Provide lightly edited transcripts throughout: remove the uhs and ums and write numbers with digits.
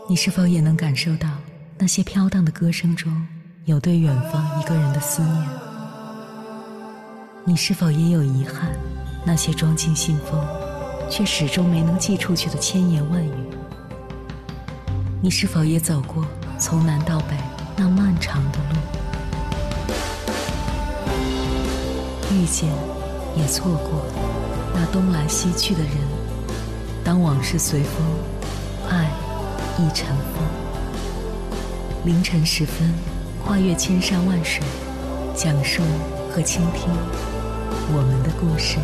你是否也能感受到那些飘荡的歌声中有对远方一个人的思念？你是否也有遗憾，那些装进信封却始终没能寄出去的千言万语？你是否也走过从南到北那漫长的路？遇见也错过那东来西去的人，当往事随风，爱亦尘封。凌晨时分，跨越千山万水，讲述和倾听我们的故事。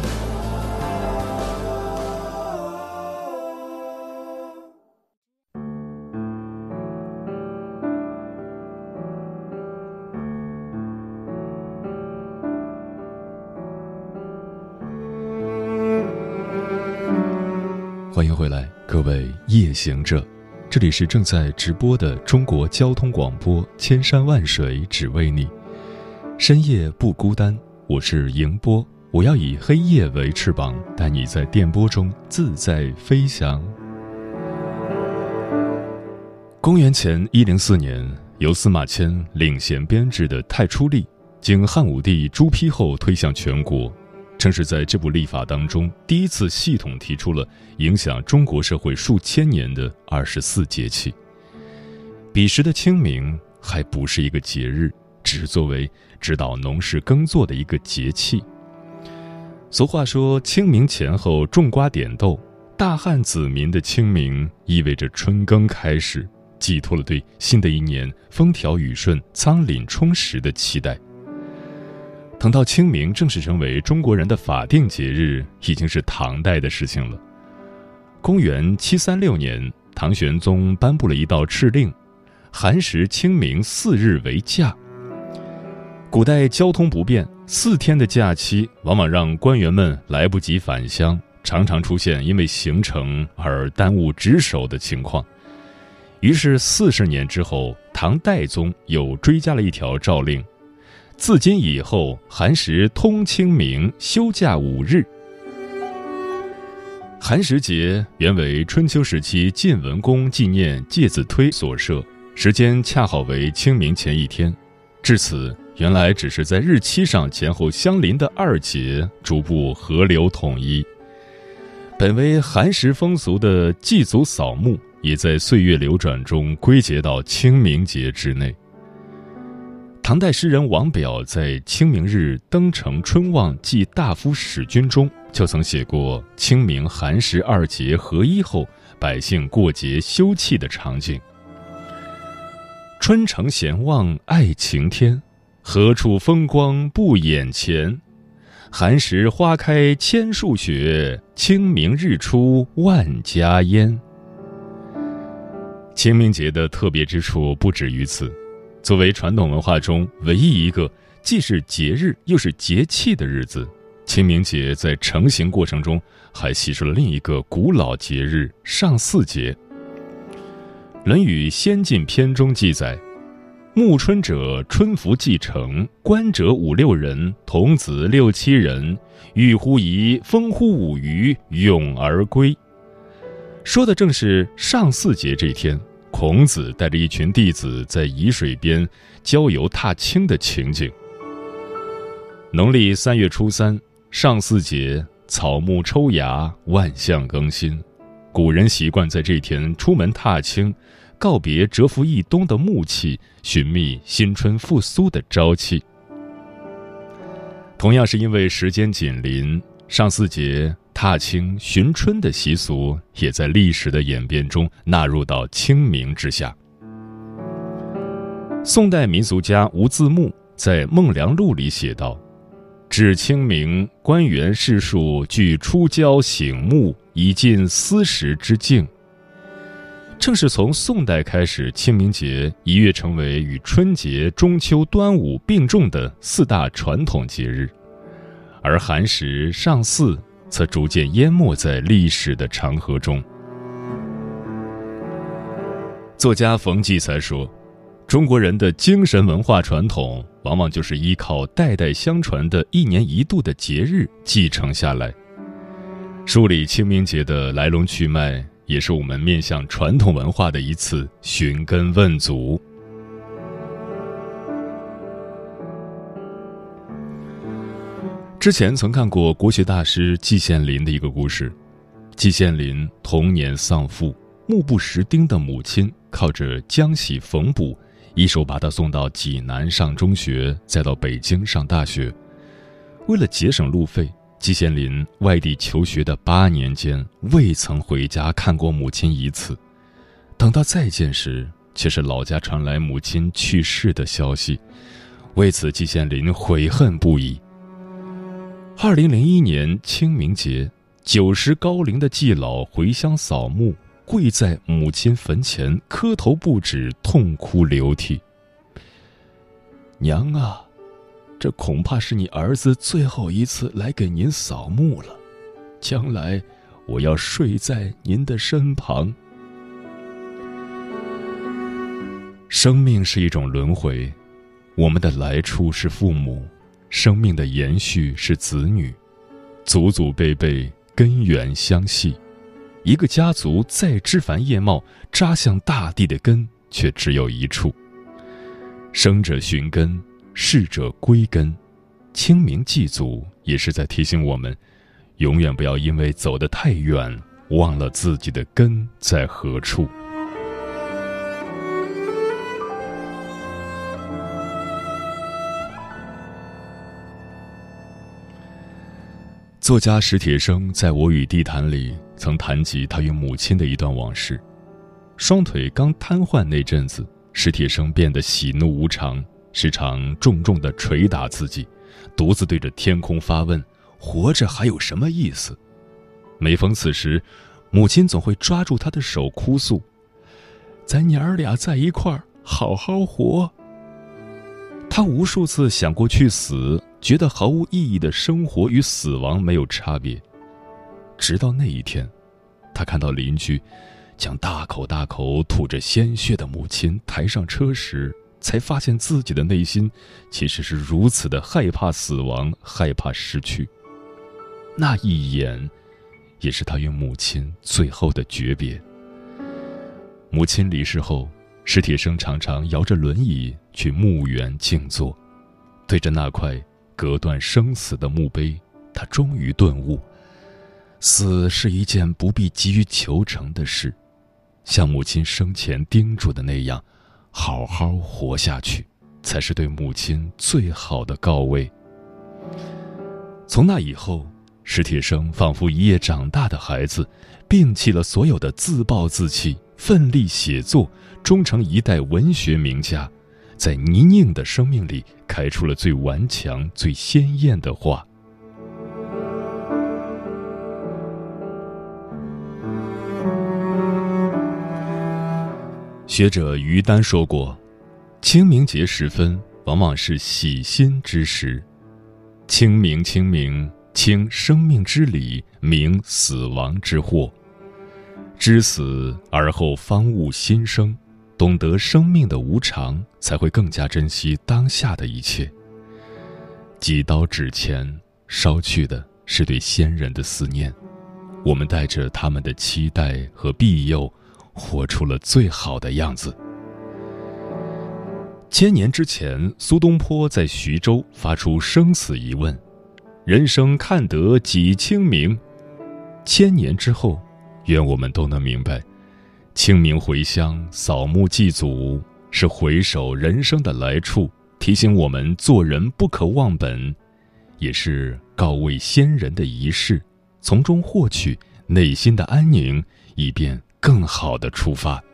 欢迎回来，各位夜行者，这里是正在直播的中国交通广播，千山万水只为你，深夜不孤单。我是迎波，我要以黑夜为翅膀，带你在电波中自在飞翔。公元前104年，由司马迁领衔编制的太初历，经汉武帝朱批后推向全国。正是在这部历法当中，第一次系统提出了影响中国社会数千年的24节气。彼时的清明还不是一个节日，只是作为指导农事耕作的一个节气。俗话说，清明前后种瓜点豆，大汉子民的清明意味着春耕开始，寄托了对新的一年风调雨顺、仓廪充实的期待。等到清明正式成为中国人的法定节日，已经是唐代的事情了。公元736年，唐玄宗颁布了一道敕令，寒食清明4日为假。古代交通不便，4天的假期往往让官员们来不及返乡，常常出现因为行程而耽误值守的情况。于是40年之后，唐代宗又追加了一条诏令，自今以后，寒食通清明，休假5日。寒食节原为春秋时期晋文公纪念介子推所设，时间恰好为清明前1天。至此，原来只是在日期上前后相邻的2节，逐步合流统一。本为寒食风俗的祭祖扫墓，也在岁月流转中归结到清明节之内。唐代诗人王表在清明日登城春望记大夫使君中就曾写过清明寒食2节合一后百姓过节休憩的场景。春城闲望爱晴天，何处风光不眼前？寒食花开千树雪，清明日出万家烟。清明节的特别之处不止于此，作为传统文化中唯一一个既是节日又是节气的日子，清明节在成型过程中还吸收了另一个古老节日上巳节。《论语先进篇》中记载，暮春者，春服既成，观者5、6人，童子6、7人，欲乎沂，风乎舞雩，咏而归。说的正是上巳节这天，孔子带着一群弟子在沂水边郊游踏青的情景。农历3月初3，上巳节，草木抽芽，万象更新。古人习惯在这天出门踏青，告别蛰伏一冬的暮气，寻觅新春复苏的朝气。同样是因为时间紧邻，上巳节踏青寻春的习俗也在历史的演变中纳入到清明之下。宋代民俗家吴自牧在《孟良录》里写道，至清明，官员士庶俱出郊醒目，以尽私食之境。正是从宋代开始，清明节一跃成为与春节、中秋、端午并重的4大传统节日，而寒食、上巳则逐渐淹没在历史的长河中。作家冯骥才说，中国人的精神文化传统往往就是依靠代代相传的1年1度的节日继承下来。梳理清明节的来龙去脉， 也是我们面向传统文化的一次寻根问祖。之前曾看过国学大师季羡林的一个故事。季羡林童年丧父，目不识丁的母亲靠着浆洗缝补，一手把他送到济南上中学，再到北京上大学。为了节省路费，季羡林外地求学的8年间，未曾回家看过母亲一次。等到再见时，却是老家传来母亲去世的消息。为此，季羡林悔恨不已。2001年清明节，90高龄的季老回乡扫墓，跪在母亲坟前磕头不止，痛哭流涕。娘啊，这恐怕是你儿子最后一次来给您扫墓了，将来我要睡在您的身旁。生命是一种轮回，我们的来处是父母，生命的延续是子女，祖祖辈辈根源相系。一个家族再枝繁叶茂，扎向大地的根却只有一处。生者寻根，逝者归根。清明祭祖也是在提醒我们，永远不要因为走得太远，忘了自己的根在何处。作家史铁生在《我与地坛》里曾谈及他与母亲的一段往事。双腿刚瘫痪那阵子，史铁生变得喜怒无常，时常重重地捶打自己，独自对着天空发问：活着还有什么意思？每逢此时，母亲总会抓住他的手哭诉：咱娘儿俩在一块儿，好好活。他无数次想过去死，觉得毫无意义的生活与死亡没有差别。直到那一天，他看到邻居将大口大口吐着鲜血的母亲抬上车时，才发现自己的内心其实是如此的害怕死亡，害怕失去。那一眼，也是他与母亲最后的诀别。母亲离世后，史铁生常常摇着轮椅去墓园静坐，对着那块隔断生死的墓碑，他终于顿悟：死是一件不必急于求成的事，像母亲生前叮嘱的那样，好好活下去，才是对母亲最好的告慰。从那以后，史铁生仿佛一夜长大的孩子，摒弃了所有的自暴自弃，奋力写作，终成一代文学名家，在泥泞的生命里开出了最顽强、最鲜艳的花。学者于丹说过，清明节时分往往是洗心之时。清明，清明，清生命之理，明死亡之祸。知死而后方悟新生，懂得生命的无常，才会更加珍惜当下的一切。几刀纸钱，烧去的是对先人的思念，我们带着他们的期待和庇佑，活出了最好的样子。千年之前，苏东坡在徐州发出生死疑问：人生看得几清明？千年之后，愿我们都能明白，清明回乡扫墓祭祖，是回首人生的来处，提醒我们做人不可忘本，也是告慰先人的仪式，从中获取内心的安宁，以便更好的出发。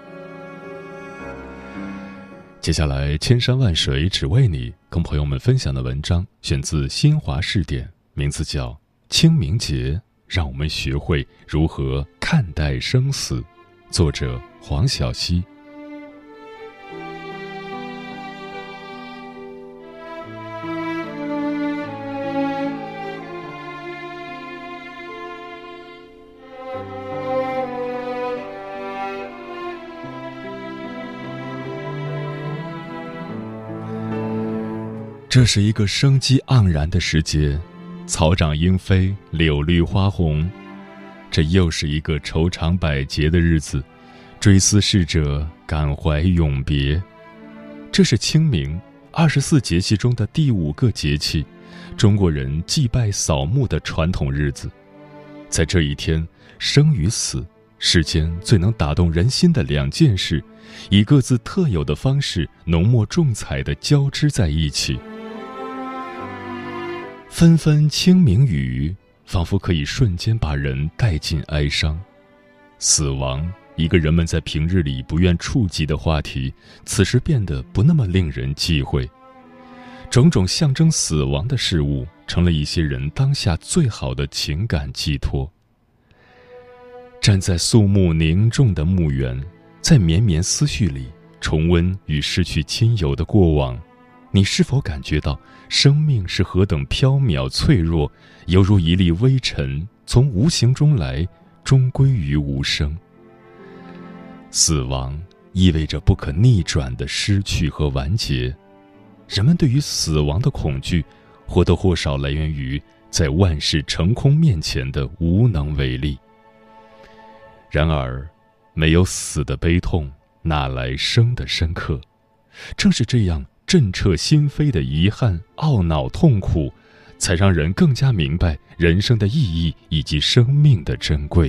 接下来，千山万水只为你，跟朋友们分享的文章选自新华视点，名字叫《清明节》，让我们学会如何看待生死。作者黄小溪。这是一个生机盎然的时节，草长莺飞，柳绿花红。 这又是一个愁肠百结的日子，追思逝者，感怀永别。这是清明24节气中的第5个节气，中国人祭拜扫墓的传统日子。在这一天，生与死，世间最能打动人心的2件事，以各自特有的方式浓墨重彩地交织在一起。纷纷清明雨，仿佛可以瞬间把人带进哀伤。死亡，一个人们在平日里不愿触及的话题，此时变得不那么令人忌讳。种种象征死亡的事物，成了一些人当下最好的情感寄托。站在肃穆凝重的墓园，在绵绵思绪里重温与失去亲友的过往，你是否感觉到生命是何等飘渺脆弱，犹如一粒微尘，从无形中来，终归于无声。死亡意味着不可逆转的失去和完结，人们对于死亡的恐惧，或多或少来源于在万事成空面前的无能为力。然而，没有死的悲痛，哪来生的深刻？正是这样震彻心扉的遗憾、懊恼、痛苦，才让人更加明白人生的意义以及生命的珍贵。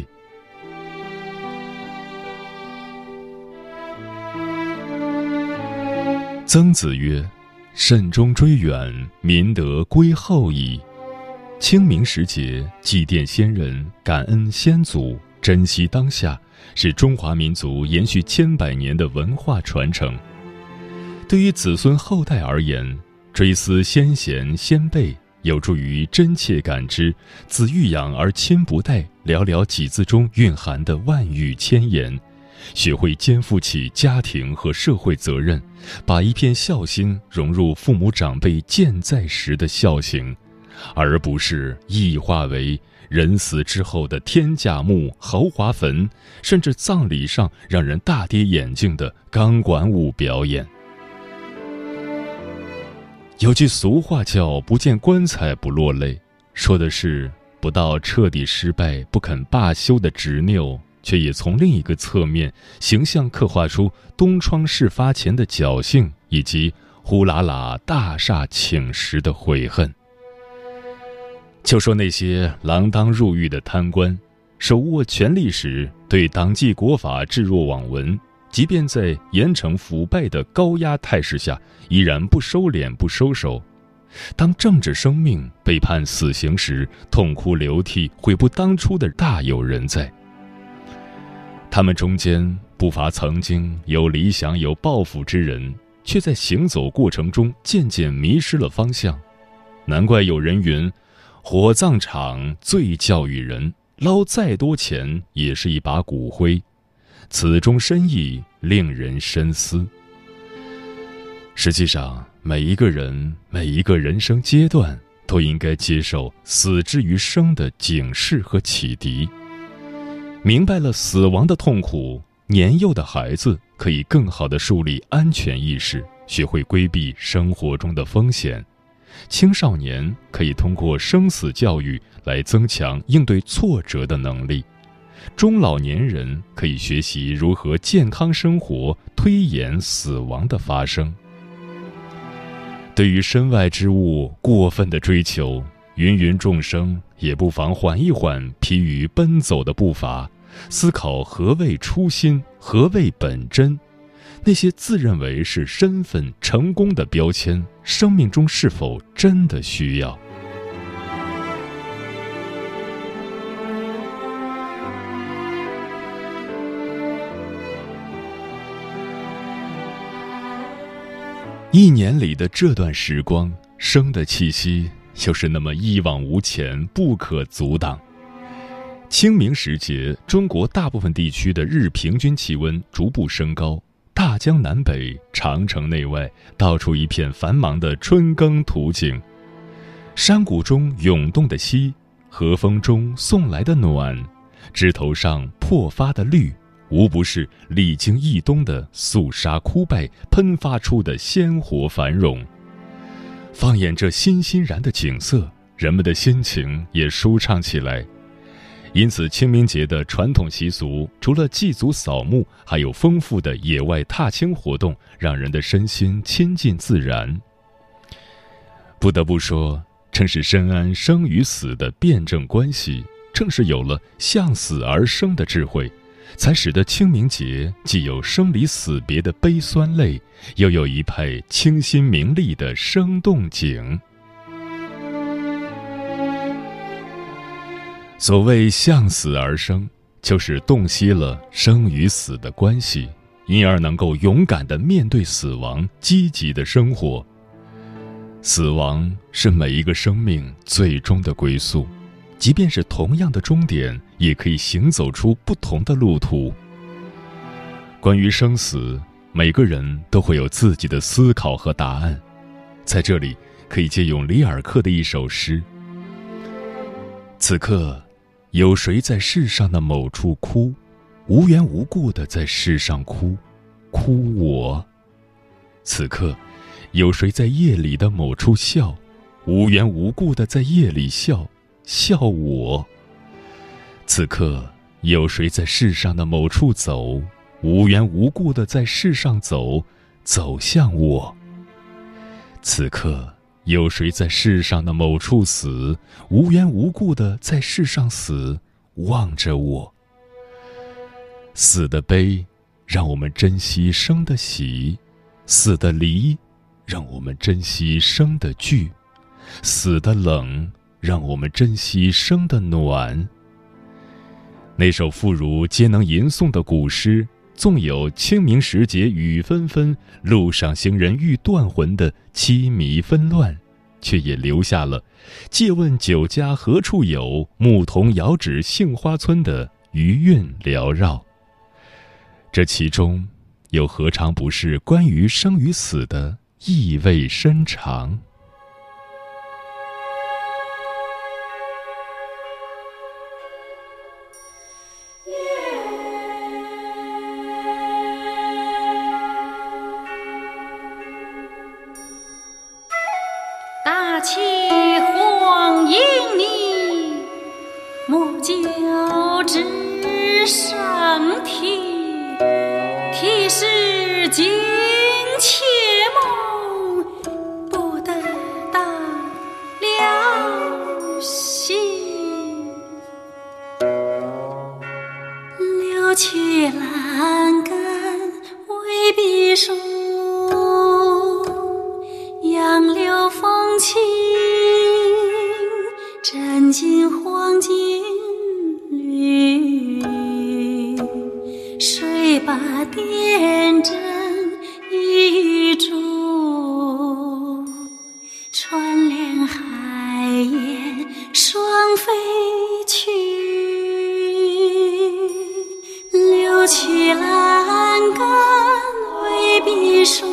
曾子曰：慎终追远，民得归后矣。清明时节，祭奠先人，感恩先祖，珍惜当下，是中华民族延续100年的文化传承。对于子孙后代而言，追思先贤先辈，有助于真切感知子欲养而亲不待寥寥几字中蕴含的万语千言，学会肩负起家庭和社会责任，把一片孝心融入父母长辈健在时的孝行，而不是异化为人死之后的天价墓、豪华坟，甚至葬礼上让人大跌眼镜的钢管舞表演。有句俗话叫不见棺材不落泪，说的是不到彻底失败不肯罢休的执拗，却也从另一个侧面形象刻画出东窗事发前的侥幸，以及呼啦啦大厦倾时的悔恨。就说那些锒铛入狱的贪官，手握权力时对党纪国法置若罔闻，即便在严惩腐败的高压态势下，依然不收敛不收手。当政治生命被判死刑时，痛哭流涕悔不当初的大有人在。他们中间不乏曾经有理想有抱负之人，却在行走过程中渐渐迷失了方向。难怪有人云，火葬场最教育人，捞再多钱也是一把骨灰，此中深意令人深思。实际上，每一个人每一个人生阶段都应该接受死之于生的警示和启迪。明白了死亡的痛苦，年幼的孩子可以更好地树立安全意识，学会规避生活中的风险。青少年可以通过生死教育来增强应对挫折的能力。中老年人可以学习如何健康生活，推延死亡的发生。对于身外之物过分的追求，芸芸众生也不妨缓一缓疲于奔走的步伐，思考何谓初心，何谓本真。那些自认为是身份成功的标签，生命中是否真的需要？一年里的这段时光，生的气息就是那么一往无前，不可阻挡。清明时节，中国大部分地区的日平均气温逐步升高，大江南北、长城内外，到处一片繁忙的春耕图景。山谷中涌动的溪，和风中送来的暖，枝头上破发的绿，无不是历经一冬的肃杀枯败喷发出的鲜活繁荣。放眼这欣欣然的景色，人们的心情也舒畅起来。 因此，清明节的传统习俗除了祭祖扫墓，还有丰富的野外踏青活动，让人的身心亲近自然。不得不说，正是深谙生与死的辩证关系，正是有了向死而生的智慧，才使得清明节既有生离死别的悲酸泪，又有一派清新明丽的生动景。所谓向死而生，就是洞悉了生与死的关系，因而能够勇敢地面对死亡，积极地生活。死亡是每一个生命最终的归宿，即便是同样的终点，也可以行走出不同的路途。关于生死，每个人都会有自己的思考和答案。在这里，可以借用里尔克的一首诗：此刻，有谁在世上的某处哭，无缘无故地在世上哭，哭我。此刻，有谁在夜里的某处笑，无缘无故地在夜里笑，笑我。此刻，有谁在世上的某处走，无缘无故地在世上走，走向我。此刻，有谁在世上的某处死，无缘无故地在世上死，望着我。死的悲，让我们珍惜生的喜；死的离，让我们珍惜生的聚；死的冷，让我们珍惜生的暖。那首妇孺皆能吟诵的古诗，纵有清明时节雨纷纷，路上行人欲断魂的凄迷纷乱，却也留下了借问酒家何处有，牧童遥指杏花村的余韵缭绕。这其中又何尝不是关于生与死的意味深长？ 大气黄莺里，莫教之上啼。啼是惊妾梦，不得到了心。柳曲阑干未必数，杨柳风轻，沾尽黄金缕。谁把点针一柱，穿连海燕双飞去。柳曲阑干未必数，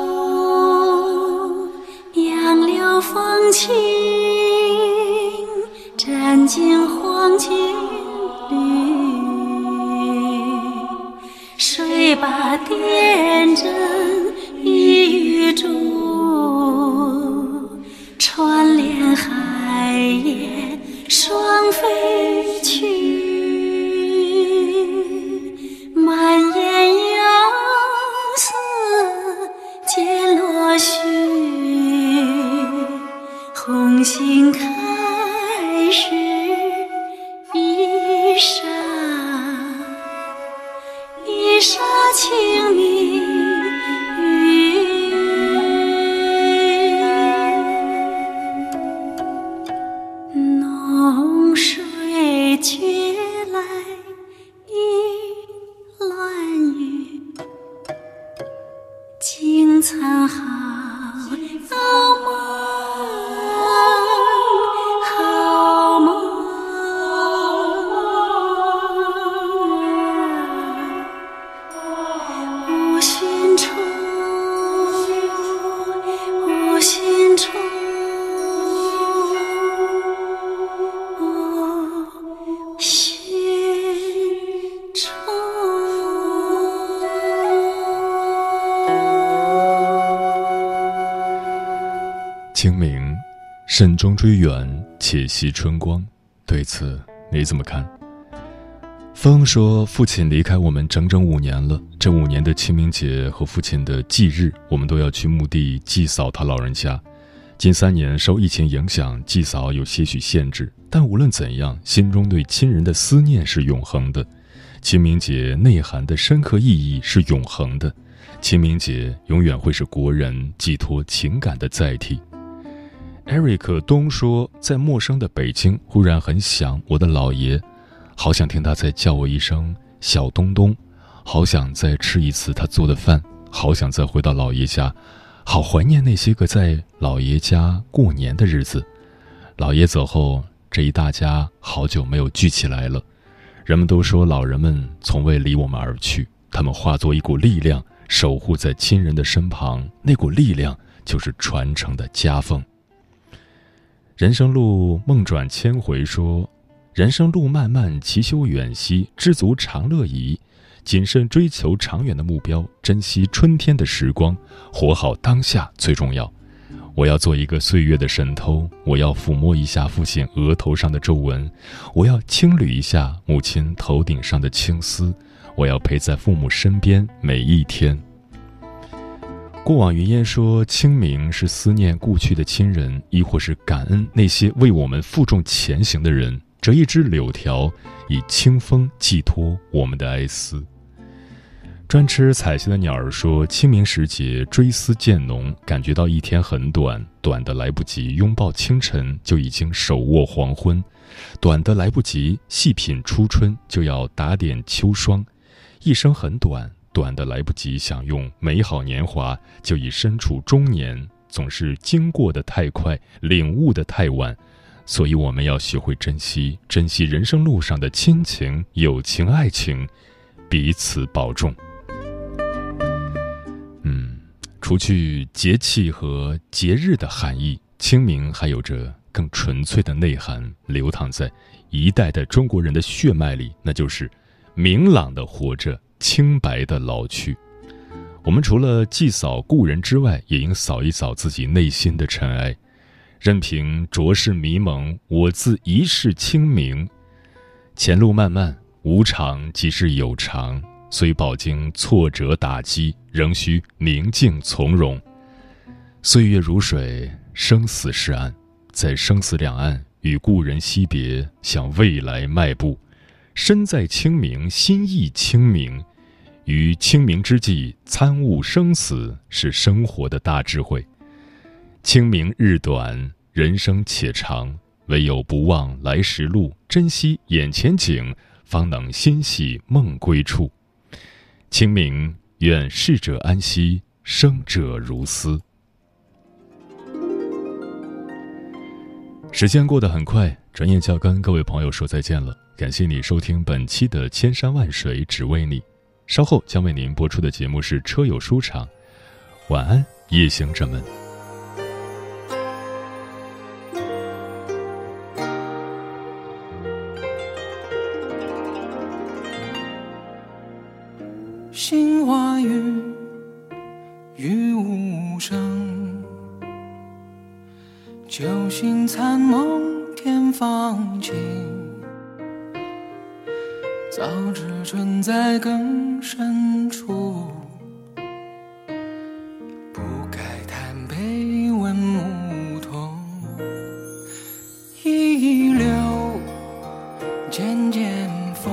杨柳风轻，沾尽黄金缕。谁把点针一柱，穿连海燕双飞去。满眼忧思渐落絮，红杏开时一沙，一沙清明雨，浓水却来一乱雨，惊残好梦。 清明，慎终追远，且惜春光。对此你怎么看？ 风说，父亲离开我们整整5年了，这5年的清明节和父亲的忌日，我们都要去墓地祭扫他老人家。近3年受疫情影响，祭扫有些许限制，但无论怎样，心中对亲人的思念是永恒的。清明节内涵的深刻意义是永恒的，清明节永远会是国人寄托情感的载体。Eric 东说，在陌生的北京，忽然很想我的姥爷，好想听他再叫我一声小东东，好想再吃一次他做的饭，好想再回到姥爷家，好怀念那些个在姥爷家过年的日子。姥爷走后，这一大家好久没有聚起来了。人们都说老人们从未离我们而去，他们化作一股力量，守护在亲人的身旁，那股力量就是传承的家风。人生路梦转千回说，人生路漫漫其修远兮，知足常乐矣。谨慎追求长远的目标，珍惜春天的时光，活好当下最重要。我要做一个岁月的神偷，我要抚摸一下父亲额头上的皱纹，我要轻捋一下母亲头顶上的青丝，我要陪在父母身边每一天。过往云烟说，清明是思念故去的亲人，亦或是感恩那些为我们负重前行的人。折一枝柳条，以清风寄托我们的哀思。专吃彩霞的鸟儿说，清明时节追思渐浓，感觉到一天很短，短的来不及拥抱清晨，就已经手握黄昏；短的来不及细品初春，就要打点秋霜。一生很短，短的来不及享用美好年华，就已身处中年，总是经过的太快，领悟的太晚。所以我们要学会珍惜人生路上的亲情、友情、爱情，彼此保重。除去节气和节日的含义，清明还有着更纯粹的内涵，流淌在一代的中国人的血脉里，那就是明朗的活着，清白的老去。我们除了祭扫故人之外，也应扫一扫自己内心的尘埃。任凭浊世迷蒙，我自一世清明。前路漫漫，无常即是有常，虽饱经挫折打击，仍需宁静从容。岁月如水，生死是岸，在生死两岸，与故人惜别，向未来迈步。身在清明，心意清明。于清明之际，参悟生死，是生活的大智慧。清明日短，人生且长，唯有不忘来时路，珍惜眼前景，方能心系梦归处。清明，愿逝者安息，生者如斯。时间过得很快，转眼就要跟各位朋友说再见了。感谢你收听本期的千山万水只为你。稍后将为您播出的节目是车友书场。晚安，夜行者们。 杏花雨，雨无声，酒醒残梦天放晴。早知春在更深处，不该贪杯问牧童。一流渐渐风，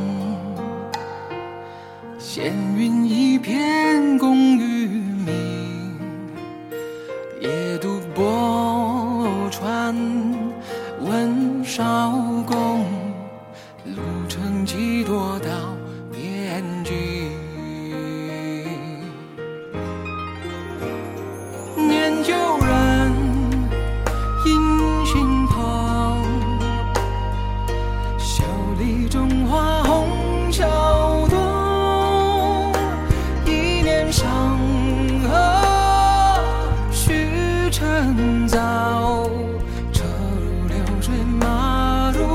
闲云一片共于明。夜渡泊船问韶公，路程几多到边境。念旧人影心旁，袖里中华红桥东。一念山河须趁早，车如流水马如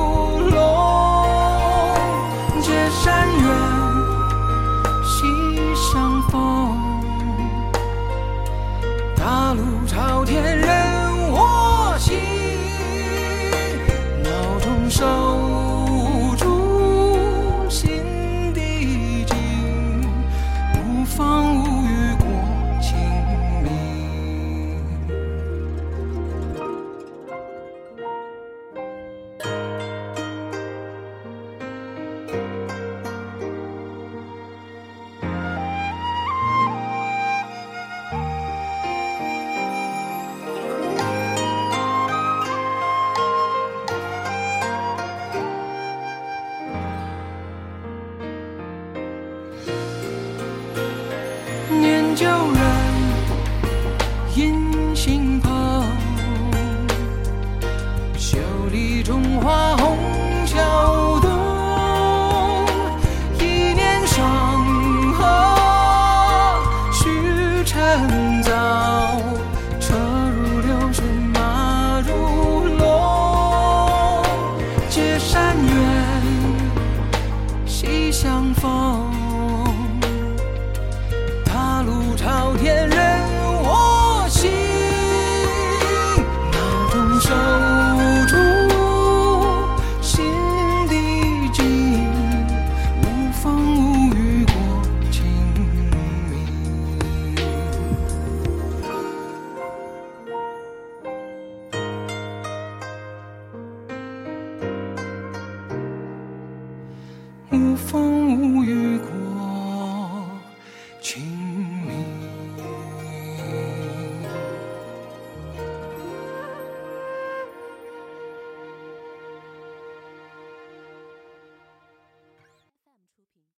旧人。